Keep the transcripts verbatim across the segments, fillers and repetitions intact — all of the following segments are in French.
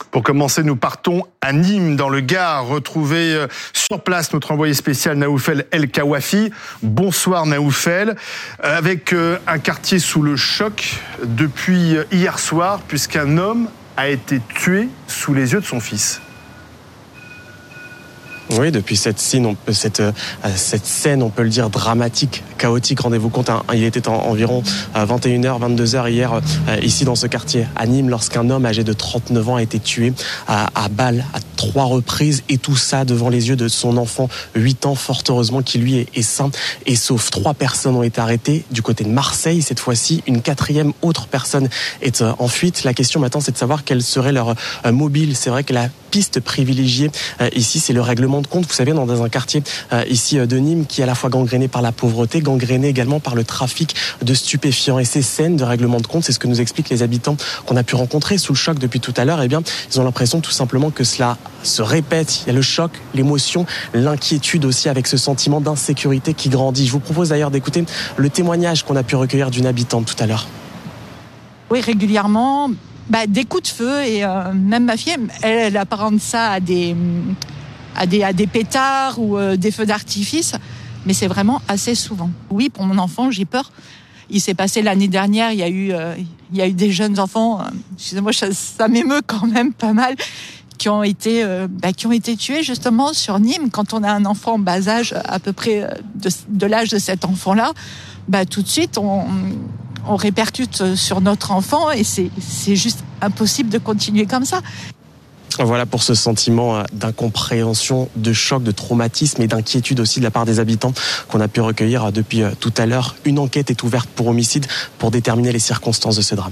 Pour commencer, nous partons à Nîmes, dans le Gard, retrouver sur place notre envoyé spécial Naoufel El Kawafi. Bonsoir Naoufel. Avec un quartier sous le choc depuis hier soir, puisqu'un homme a été tué sous les yeux de son fils. Oui, depuis cette scène, on peut, cette, euh, cette scène, on peut le dire, dramatique, chaotique. Rendez-vous compte, hein, il était en, environ euh, vingt et une heures, vingt-deux heures hier, euh, ici dans ce quartier à Nîmes, lorsqu'un homme âgé de trente-neuf ans a été tué à, à balles à trois reprises, et tout ça devant les yeux de son enfant, huit ans, fort heureusement, qui lui est, est sain et sauf. Trois personnes ont été arrêtées du côté de Marseille. Cette fois-ci, une quatrième autre personne est euh, en fuite. La question maintenant, c'est de savoir quel serait leur euh, mobile. C'est vrai que la piste privilégiée euh, ici, c'est le règlement de compte. Vous savez, dans un quartier euh, ici de Nîmes qui est à la fois gangréné par la pauvreté, gangréné également par le trafic de stupéfiants. Et ces scènes de règlement de compte, c'est ce que nous expliquent les habitants qu'on a pu rencontrer sous le choc depuis tout à l'heure. Eh bien, ils ont l'impression tout simplement que cela se répète. Il y a le choc, l'émotion, l'inquiétude aussi, avec ce sentiment d'insécurité qui grandit. Je vous propose d'ailleurs d'écouter le témoignage qu'on a pu recueillir d'une habitante tout à l'heure. Oui, régulièrement, bah, des coups de feu, et euh, même ma fille, elle, elle apparente ça à des, à des, à des pétards ou euh, des feux d'artifice, mais c'est vraiment assez souvent. Oui, pour mon enfant, j'ai peur. Il s'est passé l'année dernière, il y a eu, euh, il y a eu des jeunes enfants, euh, excusez-moi, ça, ça m'émeut quand même pas mal, qui ont été, euh, bah, qui ont été tués justement sur Nîmes. Quand on a un enfant en bas âge, à peu près de, de l'âge de cet enfant-là, bah, tout de suite, on, on répercute sur notre enfant, et c'est, c'est juste impossible de continuer comme ça. Voilà pour ce sentiment d'incompréhension, de choc, de traumatisme et d'inquiétude aussi de la part des habitants qu'on a pu recueillir depuis tout à l'heure. Une enquête est ouverte pour homicide pour déterminer les circonstances de ce drame.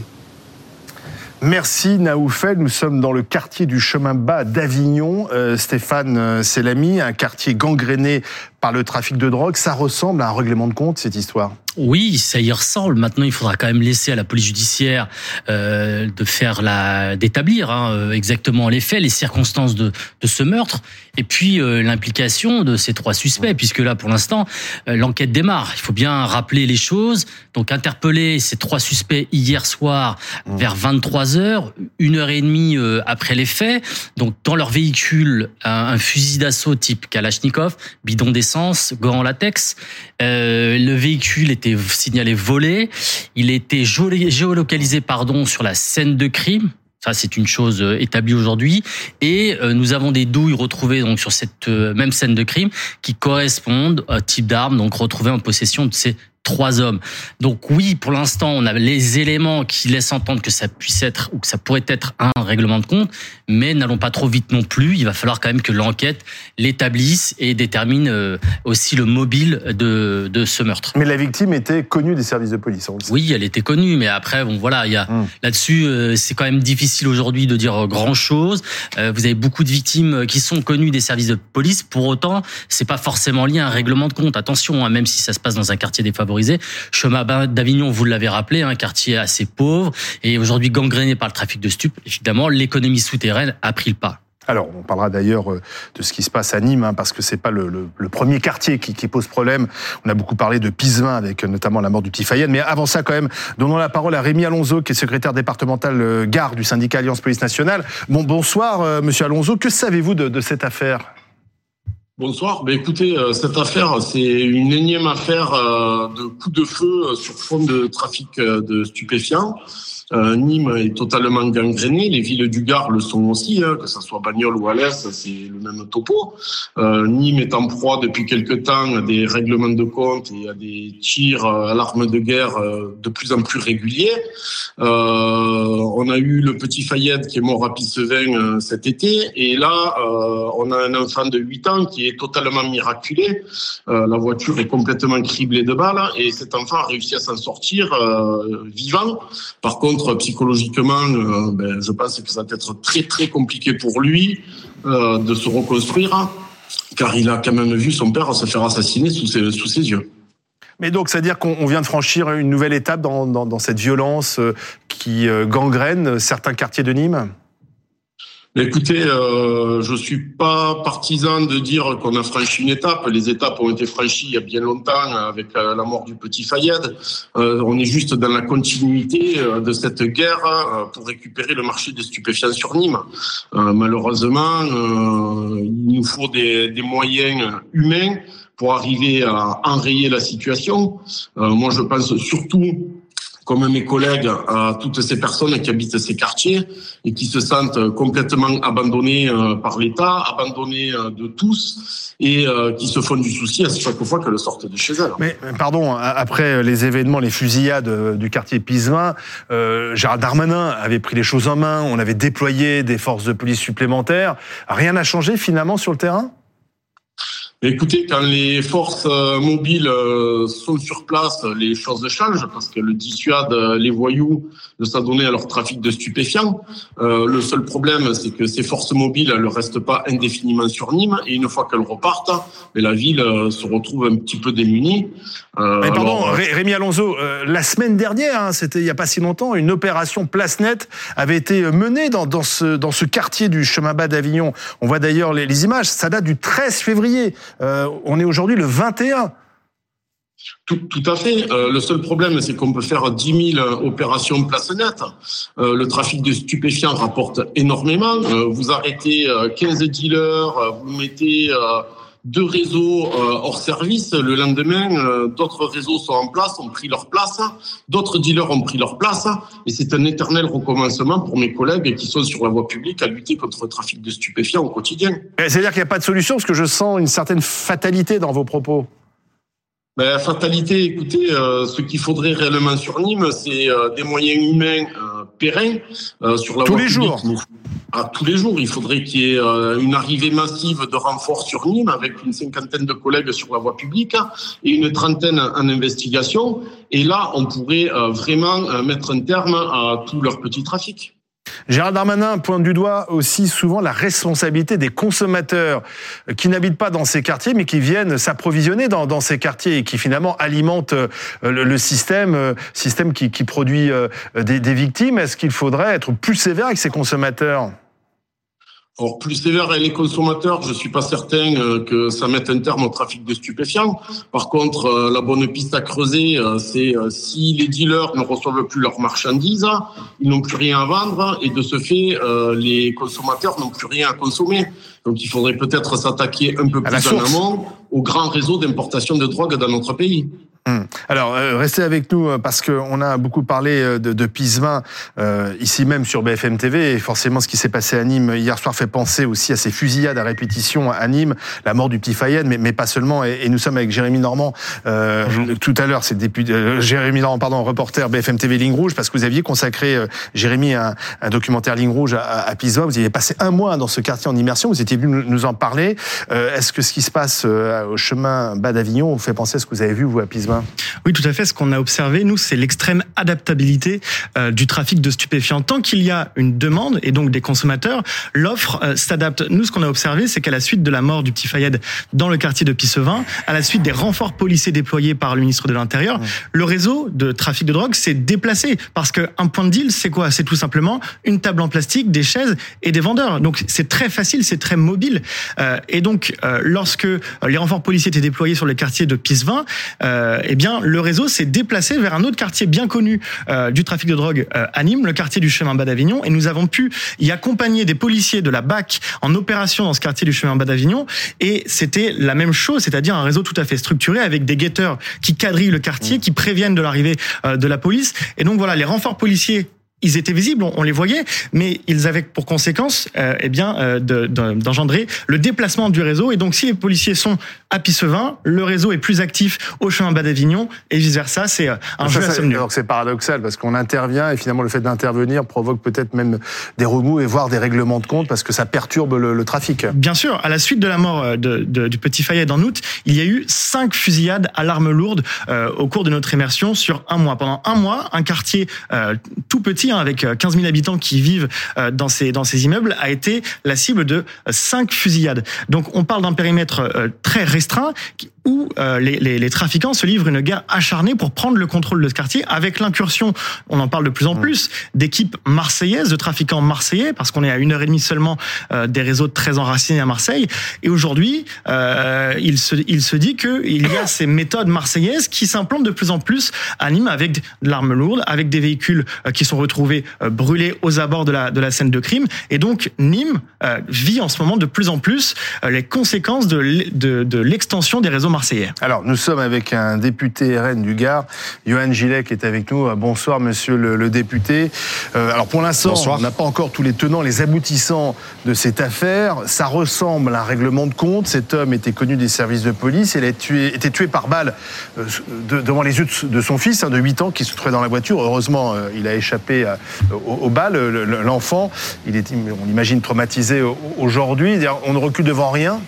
Merci Naoufel, nous sommes dans le quartier du Chemin Bas d'Avignon. Euh, Stéphane Selami, un quartier gangréné par le trafic de drogue. Ça ressemble à un règlement de compte, cette histoire? Oui, ça y ressemble. Maintenant, il faudra quand même laisser à la police judiciaire euh, de faire la, d'établir hein, exactement les faits, les circonstances de, de ce meurtre, et puis euh, l'implication de ces trois suspects, puisque là, pour l'instant, euh, l'enquête démarre. Il faut bien rappeler les choses. Donc, interpeller ces trois suspects hier soir vers vingt-trois heures, une heure et demie euh, après les faits. Donc, dans leur véhicule, un, un fusil d'assaut type Kalachnikov, bidon d'essence, gants en latex. Euh, le véhicule était signalé volé. Il était géolocalisé, pardon, sur la scène de crime. Ça, c'est une chose établie aujourd'hui. Et euh, nous avons des douilles retrouvées donc sur cette euh, même scène de crime qui correspondent au type d'arme donc retrouvées en possession de ces trois hommes. Donc oui, pour l'instant, on a les éléments qui laissent entendre que ça puisse être ou que ça pourrait être un règlement de compte, mais n'allons pas trop vite non plus. Il va falloir quand même que l'enquête l'établisse et détermine aussi le mobile de, de ce meurtre. Mais la victime était connue des services de police, on le sait. Oui, elle était connue, mais après, bon voilà, il y a hum. là-dessus, c'est quand même difficile aujourd'hui de dire grand-chose. Vous avez beaucoup de victimes qui sont connues des services de police. Pour autant, c'est pas forcément lié à un règlement de compte. Attention, hein, même si ça se passe dans un quartier défavorisé. Chemin Bas d'Avignon, vous l'avez rappelé, un quartier assez pauvre et aujourd'hui gangréné par le trafic de stupes. Évidemment, l'économie souterraine a pris le pas. Alors, on parlera d'ailleurs de ce qui se passe à Nîmes, hein, parce que c'est pas le, le, le premier quartier qui, qui pose problème. On a beaucoup parlé de Pisevin, avec notamment la mort du petit Fayette. Mais avant ça, quand même, donnons la parole à Rémi Alonso, qui est secrétaire départemental Gard du syndicat Alliance Police Nationale. Bon, bonsoir, euh, monsieur Alonso. Que savez-vous de, de cette affaire ? Bonsoir. Ben écoutez, euh, cette affaire, c'est une énième affaire euh, de coup de feu sur fond de trafic euh, de stupéfiants. Euh, Nîmes est totalement gangrénée, les villes du Gard le sont aussi, hein, que ce soit Bagnols ou Alès, c'est le même topo. Euh, Nîmes est en proie depuis quelque temps à des règlements de compte et à des tirs à l'arme de guerre euh, de plus en plus réguliers. Euh, on a eu le petit Fayette qui est mort à Pisevin euh, cet été, et là, euh, on a un enfant de huit ans qui est totalement miraculé. Euh, la voiture est complètement criblée de balles, et cet enfant a réussi à s'en sortir euh, vivant. Par contre, psychologiquement, euh, ben, je pense que ça va être très très compliqué pour lui euh, de se reconstruire, car il a quand même vu son père se faire assassiner sous ses, sous ses yeux. Mais donc, c'est-à-dire qu'on vient de franchir une nouvelle étape dans, dans, dans cette violence qui gangrène certains quartiers de Nîmes ? Écoutez, euh, je suis pas partisan de dire qu'on a franchi une étape. Les étapes ont été franchies il y a bien longtemps avec la mort du petit Fayed. Euh, on est juste dans la continuité de cette guerre pour récupérer le marché des stupéfiants sur Nîmes. Euh, malheureusement, euh, il nous faut des, des moyens humains pour arriver à enrayer la situation. Euh, moi, je pense surtout, comme mes collègues, à toutes ces personnes qui habitent ces quartiers et qui se sentent complètement abandonnées par l'État, abandonnées de tous et qui se font du souci à chaque fois qu'elles sortent de chez elles. Mais pardon, après les événements, les fusillades du quartier Pisevin, euh, Gérald Darmanin avait pris les choses en main, on avait déployé des forces de police supplémentaires. Rien n'a changé finalement sur le terrain ? Écoutez, quand les forces mobiles sont sur place, les choses changent parce qu'elles dissuadent les voyous de s'adonner à leur trafic de stupéfiants. Euh, le seul problème, c'est que ces forces mobiles ne restent pas indéfiniment sur Nîmes et une fois qu'elles repartent, la ville se retrouve un petit peu démunie. Euh, Mais pardon, alors, Rémi Alonso, euh, la semaine dernière, hein, c'était il n'y a pas si longtemps, une opération Place Nette avait été menée dans, dans, ce, dans ce quartier du chemin bas d'Avignon. On voit d'ailleurs les, les images, ça date du treize février. Euh, on est aujourd'hui le vingt et un. Tout, tout à fait. Euh, le seul problème, c'est qu'on peut faire dix mille opérations Place Nette. Euh, le trafic de stupéfiants rapporte énormément. Euh, vous arrêtez euh, quinze dealers, euh, vous mettez euh, deux réseaux euh, hors service. Le lendemain, euh, d'autres réseaux sont en place, ont pris leur place. D'autres dealers ont pris leur place. Et c'est un éternel recommencement pour mes collègues qui sont sur la voie publique à lutter contre le trafic de stupéfiants au quotidien. C'est-à-dire qu'il n'y a pas de solution, parce que je sens une certaine fatalité dans vos propos. Ben, fatalité, écoutez, euh, ce qu'il faudrait réellement sur Nîmes, c'est euh, des moyens humains euh, pérennes euh, sur la tous voie les publique. jours. À tous les jours, il faudrait qu'il y ait euh, une arrivée massive de renforts sur Nîmes avec une cinquantaine de collègues sur la voie publique et une trentaine en investigation. Et là, on pourrait euh, vraiment euh, mettre un terme à tout leur petit trafic. Gérald Darmanin pointe du doigt aussi souvent la responsabilité des consommateurs qui n'habitent pas dans ces quartiers mais qui viennent s'approvisionner dans, dans ces quartiers et qui finalement alimentent le, le système, système qui, qui produit des, des victimes. Est-ce qu'il faudrait être plus sévère avec ces consommateurs ? Alors, plus sévère avec les consommateurs, je suis pas certain que ça mette un terme au trafic de stupéfiants. Par contre, la bonne piste à creuser, c'est si les dealers ne reçoivent plus leurs marchandises, ils n'ont plus rien à vendre et de ce fait, les consommateurs n'ont plus rien à consommer. Donc, il faudrait peut-être s'attaquer un peu plus en amont au grand réseau d'importation de drogue dans notre pays. Hum. Alors, euh, restez avec nous parce qu'on a beaucoup parlé de, de Pisevin euh, ici même sur B F M T V et forcément ce qui s'est passé à Nîmes hier soir fait penser aussi à ces fusillades à répétition à Nîmes, la mort du petit Fayed, mais, mais pas seulement. Et, et nous sommes avec Jérémy Normand euh, tout à l'heure, c'est député, euh, Jérémy Normand, pardon, reporter B F M T V Ligne Rouge, parce que vous aviez consacré euh, Jérémy un, un documentaire Ligne Rouge à, à Pisevin. Vous y avez passé un mois dans ce quartier en immersion. Vous étiez venu nous en parler. Euh, est-ce que ce qui se passe euh, au chemin bas d'Avignon vous fait penser à ce que vous avez vu vous à Pisevin? Oui, tout à fait. Ce qu'on a observé, nous, c'est l'extrême adaptabilité euh, du trafic de stupéfiants. Tant qu'il y a une demande et donc des consommateurs, l'offre euh, s'adapte. Nous, ce qu'on a observé, c'est qu'à la suite de la mort du petit Fayed dans le quartier de Pisevin, à la suite des renforts policiers déployés par le ministre de l'Intérieur, mmh. le réseau de trafic de drogue s'est déplacé. Parce qu'un point de deal, c'est quoi? C'est tout simplement une table en plastique, des chaises et des vendeurs. Donc, c'est très facile, c'est très mobile. Euh, et donc, euh, lorsque les renforts policiers étaient déployés sur le quartier de Pisevin, euh, eh bien, le réseau s'est déplacé vers un autre quartier bien connu euh, du trafic de drogue euh, à Nîmes, le quartier du chemin bas d'Avignon, et nous avons pu y accompagner des policiers de la B A C en opération dans ce quartier du chemin bas d'Avignon, et c'était la même chose, c'est-à-dire un réseau tout à fait structuré avec des guetteurs qui quadrillent le quartier, qui préviennent de l'arrivée euh, de la police, et donc voilà, les renforts policiers, ils étaient visibles, on les voyait, mais ils avaient pour conséquence euh, eh bien, euh, de, de, d'engendrer le déplacement du réseau. Et donc, si les policiers sont à Pisevin, le réseau est plus actif au chemin bas d'Avignon et vice-versa. C'est un ça, jeu à somme nulle. Alors c'est paradoxal parce qu'on intervient et finalement le fait d'intervenir provoque peut-être même des remous et voire des règlements de compte parce que ça perturbe le, le trafic. Bien sûr, à la suite de la mort de, de, du petit Fayed en août, il y a eu cinq fusillades à l'arme lourde euh, au cours de notre immersion sur un mois. Pendant un mois, un quartier euh, tout petit, avec quinze mille habitants qui vivent dans ces, dans ces immeubles, a été la cible de cinq fusillades. Donc on parle d'un périmètre très restreint, où euh, les, les, les trafiquants se livrent une guerre acharnée pour prendre le contrôle de ce quartier, avec l'incursion, on en parle de plus en plus, d'équipes marseillaises, de trafiquants marseillais, parce qu'on est à une heure et demie seulement euh, des réseaux très enracinés à Marseille. Et aujourd'hui, euh, il se, il se dit qu'il y a ces méthodes marseillaises qui s'implantent de plus en plus à Nîmes avec de l'arme lourde, avec des véhicules euh, qui sont retrouvés euh, brûlés aux abords de la, de la scène de crime. Et donc, Nîmes euh, vit en ce moment de plus en plus euh, les conséquences de, de, de l'extension des réseaux marseillais. Alors, nous sommes avec un député R N du Gard, Yohann Gillet, qui est avec nous. Bonsoir, monsieur le, le député. Euh, alors, pour l'instant, Bonsoir. On n'a pas encore tous les tenants, les aboutissants de cette affaire. Ça ressemble à un règlement de compte. Cet homme était connu des services de police. Il a tué, été tué par balle euh, de, devant les yeux de, de son fils, hein, de huit ans, qui se trouvait dans la voiture. Heureusement, euh, il a échappé à, aux, aux balles. L'enfant, il est, on l'imagine, traumatisé aujourd'hui. On ne recule devant rien.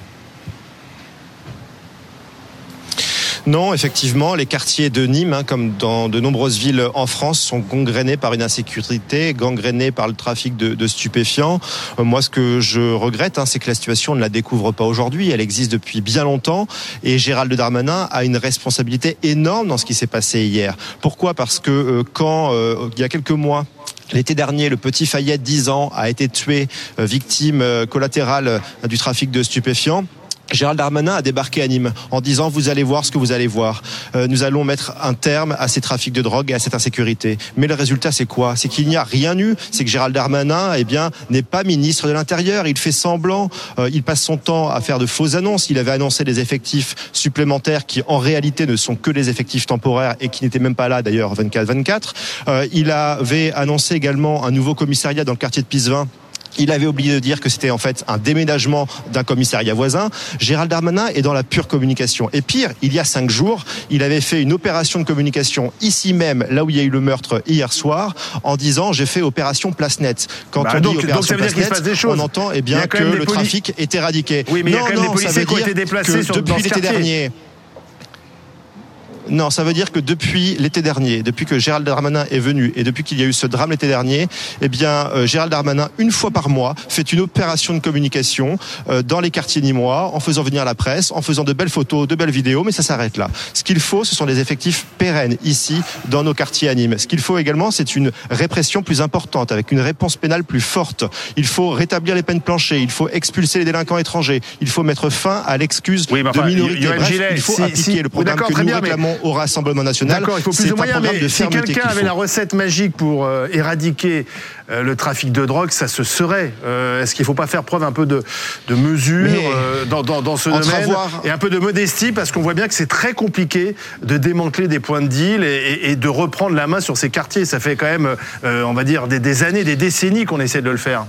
Non, effectivement, les quartiers de Nîmes, hein, comme dans de nombreuses villes en France, sont gangrénés par une insécurité, gangrénés par le trafic de, de stupéfiants. Euh, moi, ce que je regrette, hein, c'est que la situation ne la découvre pas aujourd'hui. Elle existe depuis bien longtemps. Et Gérald Darmanin a une responsabilité énorme dans ce qui s'est passé hier. Pourquoi ? Parce que euh, quand, euh, il y a quelques mois, l'été dernier, le petit Fayette, dix ans, a été tué, euh, victime euh, collatérale euh, du trafic de stupéfiants, Gérald Darmanin a débarqué à Nîmes en disant « Vous allez voir ce que vous allez voir. Euh, nous allons mettre un terme à ces trafics de drogue et à cette insécurité. » Mais le résultat, c'est quoi ? C'est qu'il n'y a rien eu. C'est que Gérald Darmanin, eh bien, n'est pas ministre de l'Intérieur. Il fait semblant. Euh, il passe son temps à faire de fausses annonces. Il avait annoncé des effectifs supplémentaires qui, en réalité, ne sont que des effectifs temporaires et qui n'étaient même pas là, d'ailleurs, vingt-quatre vingt-quatre. Euh, il avait annoncé également un nouveau commissariat dans le quartier de Pisevin. Il avait oublié de dire que c'était en fait un déménagement d'un commissariat voisin. Gérald Darmanin est dans la pure communication. Et pire, il y a cinq jours, il avait fait une opération de communication ici même, là où il y a eu le meurtre hier soir, en disant j'ai fait opération Place Nette. Quand bah, on donc, dit opération Place Nette, on entend eh bien que le poli... trafic est éradiqué. Oui, mais non, il y a quand même non, des policiers qui ont été déplacés sur, depuis l'été dernier. Non, ça veut dire que depuis l'été dernier, depuis que Gérald Darmanin est venu et depuis qu'il y a eu ce drame l'été dernier, eh bien, euh, Gérald Darmanin, une fois par mois, fait une opération de communication euh, dans les quartiers nîmois, en faisant venir la presse, en faisant de belles photos, de belles vidéos, mais ça s'arrête là. Ce qu'il faut, ce sont des effectifs pérennes ici, dans nos quartiers à Nîmes. Ce qu'il faut également, c'est une répression plus importante, avec une réponse pénale plus forte. Il faut rétablir les peines planchées, il faut expulser les délinquants étrangers, il faut mettre fin à l'excuse oui, bah, de minorité. Bref, Gillet, il faut si, appliquer si, le programme que nous bien, réclamons au Rassemblement National. D'accord, il faut plus de moyens, mais si quelqu'un avait la recette magique pour euh, éradiquer euh, le trafic de drogue, ça se serait. Euh, est-ce qu'il ne faut pas faire preuve un peu de, de mesure euh, dans, dans, dans ce domaine avoir... et un peu de modestie, parce qu'on voit bien que c'est très compliqué de démanteler des points de deal et, et, et de reprendre la main sur ces quartiers. Ça fait quand même, euh, on va dire, des, des années, des décennies qu'on essaie de le faire.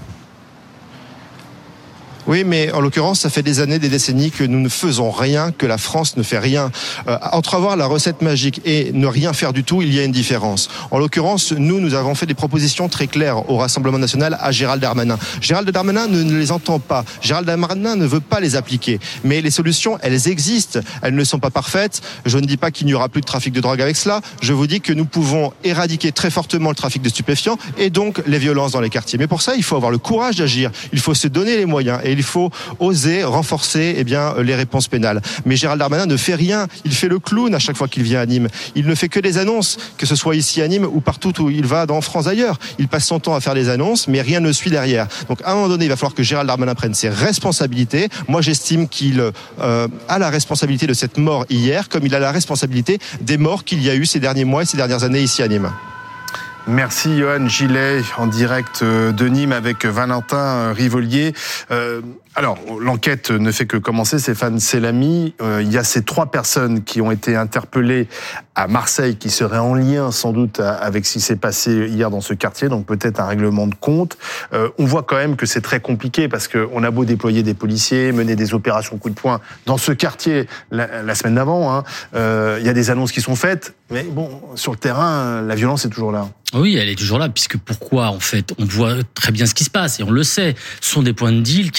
Oui, mais en l'occurrence, ça fait des années, des décennies que nous ne faisons rien, que la France ne fait rien. Euh, entre avoir la recette magique et ne rien faire du tout, il y a une différence. En l'occurrence, nous, nous avons fait des propositions très claires au Rassemblement National à Gérald Darmanin. Gérald Darmanin ne, ne les entend pas. Gérald Darmanin ne veut pas les appliquer. Mais les solutions, elles existent. Elles ne sont pas parfaites. Je ne dis pas qu'il n'y aura plus de trafic de drogue avec cela. Je vous dis que nous pouvons éradiquer très fortement le trafic de stupéfiants et donc les violences dans les quartiers. Mais pour ça, il faut avoir le courage d'agir. Il faut se donner les moyens. Et il faut oser renforcer eh bien, les réponses pénales. Mais Gérald Darmanin ne fait rien. Il fait le clown à chaque fois qu'il vient à Nîmes. Il ne fait que des annonces, que ce soit ici à Nîmes ou partout où il va dans France ailleurs. Il passe son temps à faire des annonces, mais rien ne suit derrière. Donc à un moment donné, il va falloir que Gérald Darmanin prenne ses responsabilités. Moi, j'estime qu'il euh, a la responsabilité de cette mort hier, comme il a la responsabilité des morts qu'il y a eu ces derniers mois et ces dernières années ici à Nîmes. Merci Yohann Gillet, en direct de Nîmes avec Valentin Rivolier. Euh, alors, l'enquête ne fait que commencer, Stéphane Selamy. Euh, il y a ces trois personnes qui ont été interpellées à Marseille, qui seraient en lien sans doute avec ce qui s'est passé hier dans ce quartier, donc peut-être un règlement de compte. Euh, on voit quand même que c'est très compliqué, parce qu'on a beau déployer des policiers, mener des opérations coup de poing dans ce quartier la, la semaine d'avant, hein, euh, il y a des annonces qui sont faites, mais bon, sur le terrain, la violence est toujours là. Oui, elle est toujours là, puisque pourquoi, en fait, on voit très bien ce qui se passe, et on le sait, ce sont des points de deal qui rapportent mmh.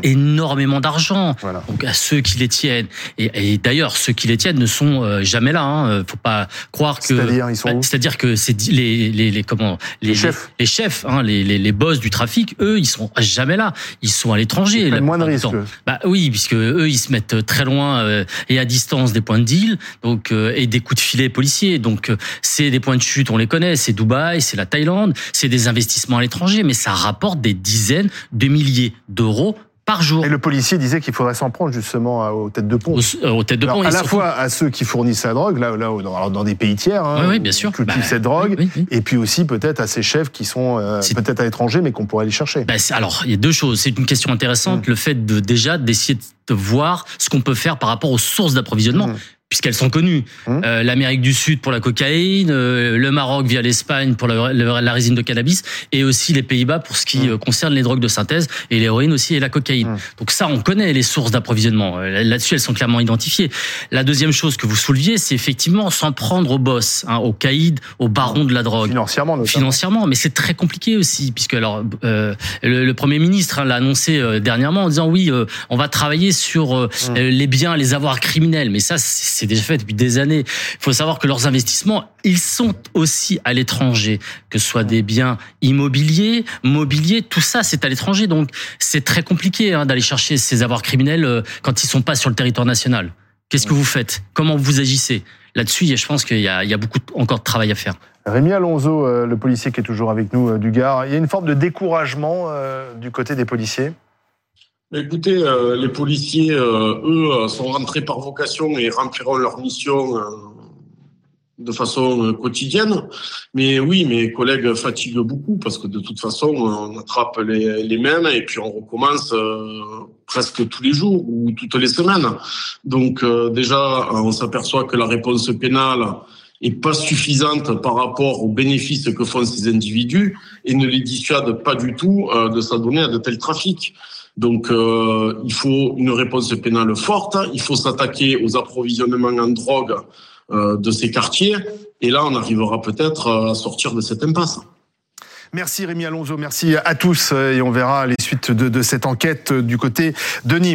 énormément d'argent. Voilà. Donc à ceux qui les tiennent. Et, et d'ailleurs, ceux qui les tiennent ne sont euh, jamais là. Hein. Faut pas croire que. C'est-à-dire, ils sont bah, où ? C'est-à-dire que c'est les les les comment les, les chefs, les, les chefs, hein, les, les les boss du trafic, eux, ils sont jamais là. Ils sont à l'étranger. Ils prennent moins de risques. Bah oui, puisque eux, ils se mettent très loin euh, et à distance des points de deal, donc euh, et des coups de filet policiers. Donc euh, c'est des points de chute, on les connaît. C'est Dubaï, c'est la Thaïlande, c'est des investissements à l'étranger, mais ça rapporte des dizaines de milliers d'euros par jour. Et le policier disait qu'il faudrait s'en prendre justement aux têtes de pont. Aux, aux têtes de Alors, pont. à la surtout... fois à ceux qui fournissent la drogue, là, là dans, dans des pays tiers, hein, oui, oui, bien sûr. qui cultivent bah, cette drogue, oui, oui, oui. et puis aussi peut-être à ces chefs qui sont euh, peut-être à l'étranger, mais qu'on pourrait aller chercher. Bah, alors, il y a deux choses. C'est une question intéressante, mmh. le fait de déjà d'essayer de voir ce qu'on peut faire par rapport aux sources d'approvisionnement. Mmh. Puisqu'elles sont connues. Mmh. Euh, L'Amérique du Sud pour la cocaïne, euh, le Maroc via l'Espagne pour la, la, la résine de cannabis, et aussi les Pays-Bas pour ce qui mmh. euh, concerne les drogues de synthèse, et l'héroïne aussi et la cocaïne. Mmh. Donc ça, on connaît les sources d'approvisionnement. Là-dessus, elles sont clairement identifiées. La deuxième chose que vous souleviez, c'est effectivement s'en prendre aux boss, hein, aux caïds, aux barons de la drogue. Financièrement, notamment. Financièrement, mais c'est très compliqué aussi, puisque alors euh, le, le Premier ministre hein, l'a annoncé euh, dernièrement en disant oui, euh, on va travailler sur euh, mmh. les biens, les avoirs criminels. Mais ça, c'est c'est déjà fait depuis des années. Il faut savoir que leurs investissements, ils sont aussi à l'étranger, que ce soit des biens immobiliers, mobiliers, tout ça, c'est à l'étranger. Donc, c'est très compliqué hein, d'aller chercher ces avoirs criminels euh, quand ils sont pas sur le territoire national. Qu'est-ce que vous faites ? Comment vous agissez ? Là-dessus, je pense qu'il y a, il y a beaucoup de, encore de travail à faire. Rémi Alonso, euh, le policier qui est toujours avec nous euh, du Gard, il y a une forme de découragement euh, du côté des policiers ? Écoutez, euh, les policiers, euh, eux, sont rentrés par vocation et rempliront leur mission euh, de façon euh, quotidienne. Mais oui, mes collègues fatiguent beaucoup parce que de toute façon, on attrape les, les mêmes et puis on recommence euh, presque tous les jours ou toutes les semaines. Donc euh, déjà, on s'aperçoit que la réponse pénale est pas suffisante par rapport aux bénéfices que font ces individus et ne les dissuade pas du tout euh, de s'adonner à de tels trafics. Donc, euh, il faut une réponse pénale forte. Il faut s'attaquer aux approvisionnements en drogue euh, de ces quartiers. Et là, on arrivera peut-être à sortir de cette impasse. Merci Rémi Alonso, merci à tous. Et on verra les suites de, de cette enquête du côté de Nîmes.